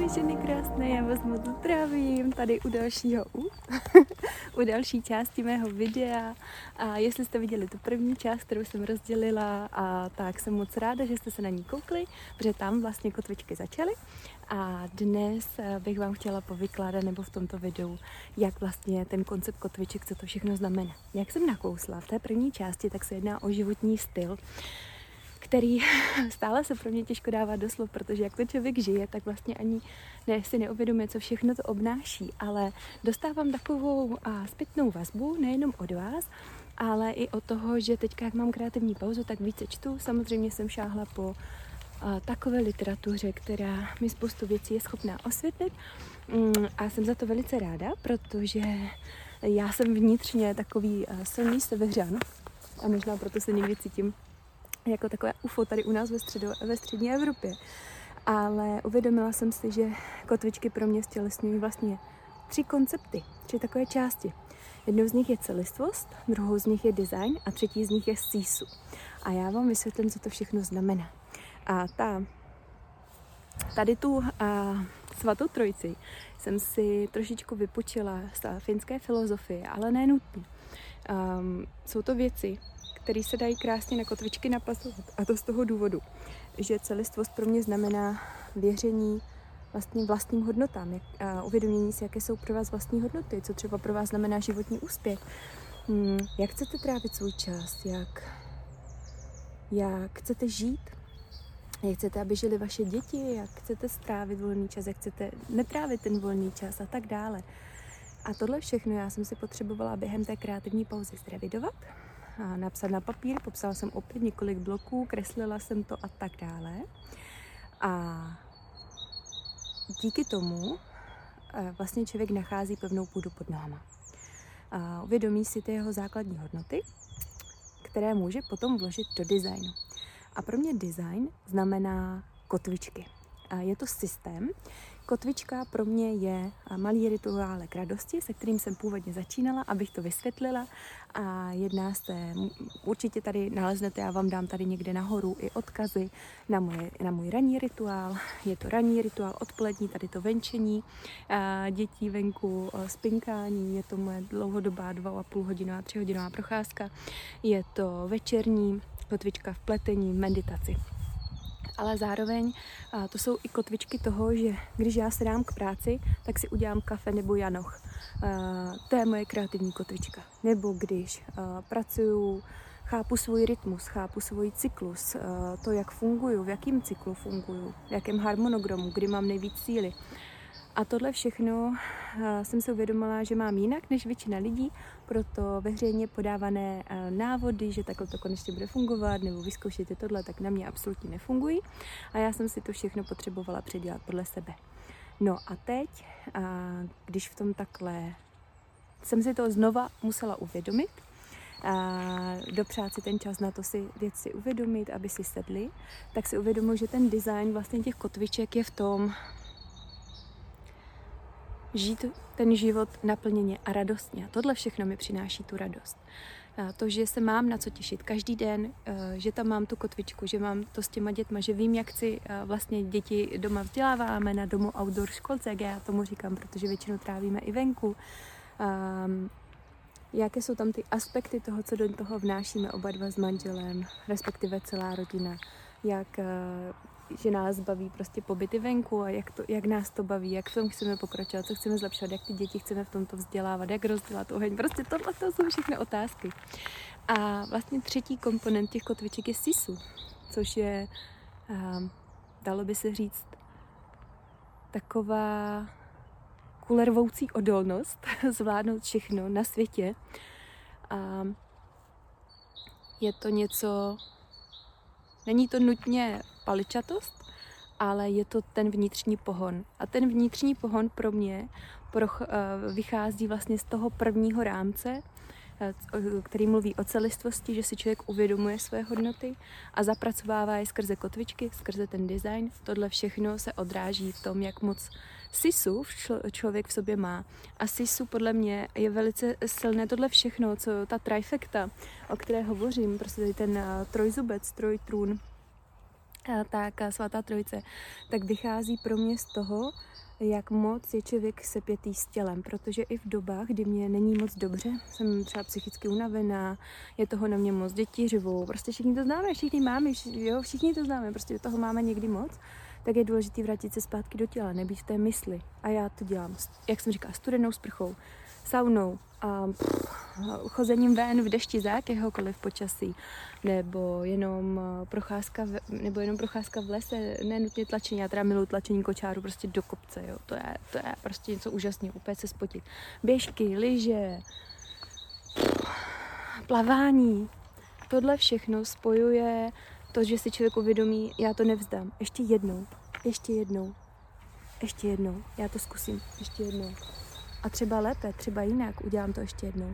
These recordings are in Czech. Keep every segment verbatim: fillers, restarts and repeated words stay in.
moje ženy krásné, já vás moc zdravím tady u dalšího, u, u další části mého videa. A jestli jste viděli tu první část, kterou jsem rozdělila, a tak jsem moc ráda, že jste se na ní koukli, protože tam vlastně kotvičky začaly. A dnes bych vám chtěla povykládat, nebo v tomto videu, jak vlastně ten koncept kotviček, co to všechno znamená. Jak jsem nakousla v té první části, tak se jedná o životní styl, který stále se pro mě těžko dává do slov, protože jak to člověk žije, tak vlastně ani ne, si neuvědomuje, co všechno to obnáší, ale dostávám takovou a, zpětnou vazbu nejenom od vás, ale i od toho, že teďka, jak mám kreativní pauzu, tak více čtu. Samozřejmě jsem šáhla po a, takové literatuře, která mi spoustu věcí je schopná osvětlit, mm, a jsem za to velice ráda, protože já jsem vnitřně takový a, silný seveřan a možná proto se někdy cítím jako takové U F O tady u nás ve, středo, ve střední Evropě. Ale uvědomila jsem si, že kotvičky pro mě stělesňují vlastně tři koncepty, tři takové části. Jednou z nich je celistvost, druhou z nich je design a třetí z nich je sisu. A já vám vysvětlím, co to všechno znamená. A ta, tady tu a, svatou trojici jsem si trošičku vypočila z finské filozofie, ale ne nutně. Um, jsou to věci, které se dají krásně na kotvičky napasovat. A to z toho důvodu, že celistvost pro mě znamená věření vlastně vlastním hodnotám, jak, a uvědomění si, jaké jsou pro vás vlastní hodnoty, co třeba pro vás znamená životní úspěch, hmm, jak chcete trávit svůj čas, jak, jak chcete žít, jak chcete, aby žili vaše děti, jak chcete strávit volný čas, jak chcete netrávit ten volný čas a tak dále. A tohle všechno já jsem si potřebovala během té kreativní pauzy zrevidovat, a napsat na papír, popsala jsem opět několik bloků, kreslila jsem to a tak dále. A díky tomu vlastně člověk nachází pevnou půdu pod nohama. A uvědomí si ty jeho základní hodnoty, které může potom vložit do designu. A pro mě design znamená kotvičky. A je to systém. Kotvička pro mě je malý rituálek radosti, se kterým jsem původně začínala, abych to vysvětlila. A jedná se, určitě tady naleznete, já vám dám tady někde nahoru i odkazy na, moje, na můj ranní rituál. Je to ranní rituál, odpolední, tady to venčení dětí venku, spinkání, je to moje dlouhodobá dvou a půl hodinová, tři hodinová procházka. Je to večerní kotvička v pletení, meditaci. Ale zároveň a to jsou i kotvičky toho, že když já se dám k práci, tak si udělám kafe nebo janoch. A to je moje kreativní kotvička. Nebo když a, pracuju, chápu svůj rytmus, chápu svůj cyklus, a, to, jak funguju, v jakém cyklu funguju, v jakém harmonogramu, kdy mám nejvíc síly. A tohle všechno jsem si uvědomila, že mám jinak než většina lidí, proto veřejně podávané návody, že takhle to konečně bude fungovat, nebo vyzkoušejte tohle, tak na mě absolutně nefungují. A já jsem si to všechno potřebovala předělat podle sebe. No a teď, když v tom takhle jsem si to znova musela uvědomit, a dopřát si ten čas na to si věci uvědomit, aby si sedli, tak si uvědomuji, že ten design vlastně těch kotviček je v tom, žít ten život naplněně a radostně. A tohle všechno mi přináší tu radost. A to, že se mám na co těšit každý den, že tam mám tu kotvičku, že mám to s těma dětma, že vím, jak si vlastně děti doma vzděláváme na domu outdoor školce, jak já tomu říkám, protože většinou trávíme i venku. Um, jaké jsou tam ty aspekty toho, co do toho vnášíme oba dva s manželem, respektive celá rodina, jak že nás baví prostě pobyty venku a jak, to, jak nás to baví, jak v tom chceme pokračovat, co chceme zlepšovat, jak ty děti chceme v tomto vzdělávat, jak rozdělat oheň. Prostě tohle to jsou všechny otázky. A vlastně třetí komponent těch kotviček je sisu, což je, um, dalo by se říct, taková kulervoucí odolnost zvládnout všechno na světě. A je to něco, není to nutně paličatost, ale je to ten vnitřní pohon. A ten vnitřní pohon pro mě proch, vychází vlastně z toho prvního rámce, který mluví o celistvosti, že si člověk uvědomuje své hodnoty a zapracovává je skrze kotvičky, skrze ten design. Tohle všechno se odráží v tom, jak moc sisu člověk v sobě má. A sisu podle mě je velice silné tohle všechno, co ta trifecta, o které hovořím, prostě ten trojzubec, trojtrůn, tak svatá trojice, tak vychází pro mě z toho, jak moc je člověk sepětý s tělem, protože i v dobách, kdy mě není moc dobře, jsem třeba psychicky unavená, je toho na mě moc, děti řvou, prostě všichni to známe, všichni máme, všichni, jo, všichni to známe, prostě toho máme někdy moc, tak je důležité vrátit se zpátky do těla, nebýt v té mysli. A já to dělám, jak jsem říkala, studenou sprchou, saunou, a pff, chozením ven v dešti za jakéhokoliv počasí, nebo jenom procházka v, nebo jenom procházka v lese, nenutně tlačení, já teda miluji tlačení kočáru prostě do kopce, jo, to je, to je prostě něco úžasného, úplně se spotit. Běžky, lyže, plavání, tohle všechno spojuje to, že si člověk uvědomí, já to nevzdám, ještě jednou, ještě jednou, ještě jednou, já to zkusím, ještě jednou. A třeba lépe, třeba jinak, udělám to ještě jednou.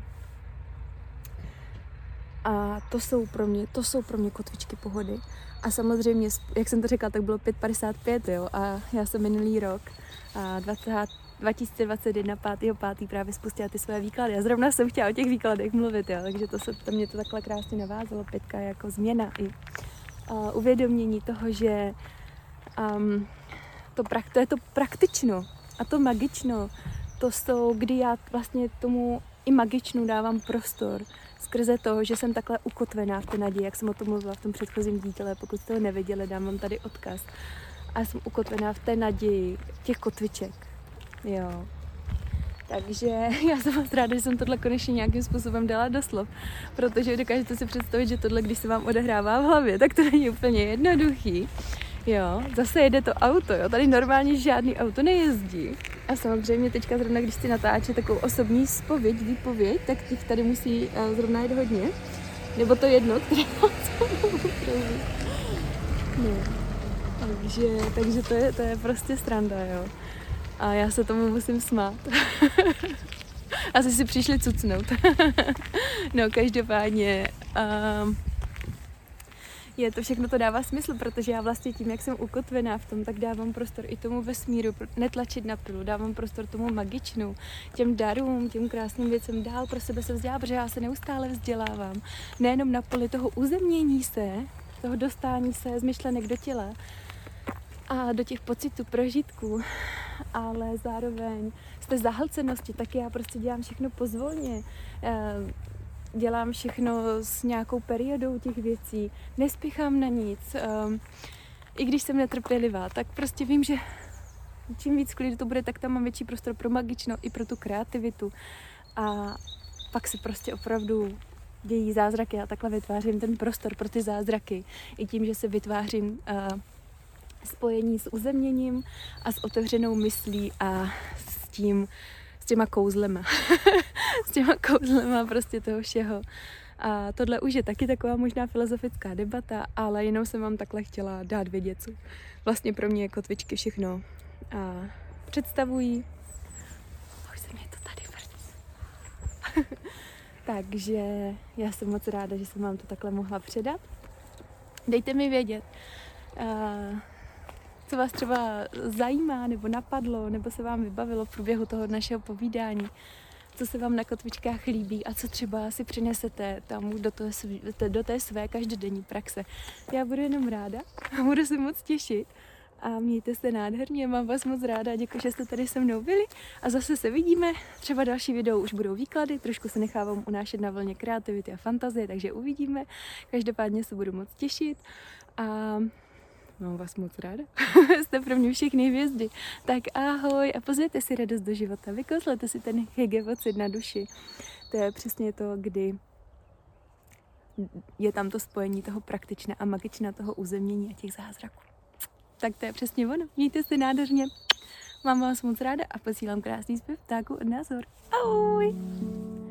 A to jsou pro mě, to jsou pro mě kotvičky pohody. A samozřejmě, jak jsem to řekla, tak bylo pět padesát pět, jo. A já jsem minulý rok, dva tisíce dvacet jedna, pátého pátého právě spustila ty své výklady. A zrovna jsem chtěla o těch výkladech mluvit, jo. Takže to se, to mě to takhle krásně navázalo. Pětka jako změna i a uvědomění toho, že um, to, to je to praktično a to magično. To jsou, kdy já vlastně tomu i magičnu dávám prostor skrze to, že jsem takhle ukotvená v té naději, jak jsem o tom mluvila v tom předchozím díle, pokud jste ho neviděli, dám vám tady odkaz. A jsem ukotvená v té naději těch kotviček. Jo. Takže já jsem moc ráda, že jsem tohle konečně nějakým způsobem dala do slov, protože dokážete si představit, že tohle, když se vám odehrává v hlavě, tak to není úplně jednoduchý. Jo, zase jede to auto, jo, tady normálně žádný auto nejezdí. A samozřejmě teďka zrovna, když si natáče takovou osobní zpověď, výpověď, tak těch tady musí uh, zrovna jít hodně. Nebo to jedno, které no. Takže, takže to je, to je prostě sranda, jo. A já se tomu musím smát. Asi si přišli cucnout. No, každopádně... Um, Je to všechno, to dává smysl, protože já vlastně tím, jak jsem ukotvená v tom, tak dávám prostor i tomu vesmíru, netlačit na pilu, dávám prostor tomu magičnu, těm darům, těm krásným věcem dál pro sebe se vzdělávám, protože já se neustále vzdělávám. Nejenom na poli toho uzemnění se, toho dostání se z myšlenek do těla a do těch pocitů, prožitků, ale zároveň z té zahlcenosti, tak já prostě dělám všechno pozvolně. Dělám všechno s nějakou periodou těch věcí, nespěchám na nic. Um, I když jsem netrpělivá, tak prostě vím, že čím víc klidu to bude, tak tam mám větší prostor pro magično i pro tu kreativitu. A pak se prostě opravdu dějí zázraky. Já takhle vytvářím ten prostor pro ty zázraky. I tím, že se vytvářím uh, spojení s uzemněním a s otevřenou myslí a s tím, s těma kouzlema. s těma kouzlema prostě toho všeho. A tohle už je taky taková možná filozofická debata, ale jenom jsem vám takhle chtěla dát vědět, co vlastně pro mě kotvičky všechno a představují. Už se mě to tady vrtí. Takže já jsem moc ráda, že jsem vám to takhle mohla předat. Dejte mi vědět, uh, co vás třeba zajímá, nebo napadlo, nebo se vám vybavilo v průběhu toho našeho povídání, co se vám na kotvičkách líbí a co třeba si přinesete tam do, toho, do té své každodenní praxe. Já budu jenom ráda a budu se moc těšit a mějte se nádherně, mám vás moc ráda, děkuji, že jste tady se mnou byli a zase se vidíme, třeba další video už budou výklady, trošku se nechávám unášet na vlně kreativity a fantazie, takže uvidíme, každopádně se budu moc těšit a mám vás moc ráda. Jste pro mě všechny hvězdy. Tak ahoj a pozvěte si radost do života. Vykouzlete si ten hegevocit na duši. To je přesně to, kdy je tam to spojení toho praktična a magična, toho uzemnění a těch zázraků. Tak to je přesně ono. Mějte se nádherně. Mám vás moc ráda a posílám krásný zpěv ptáků od nás hor. Ahoj!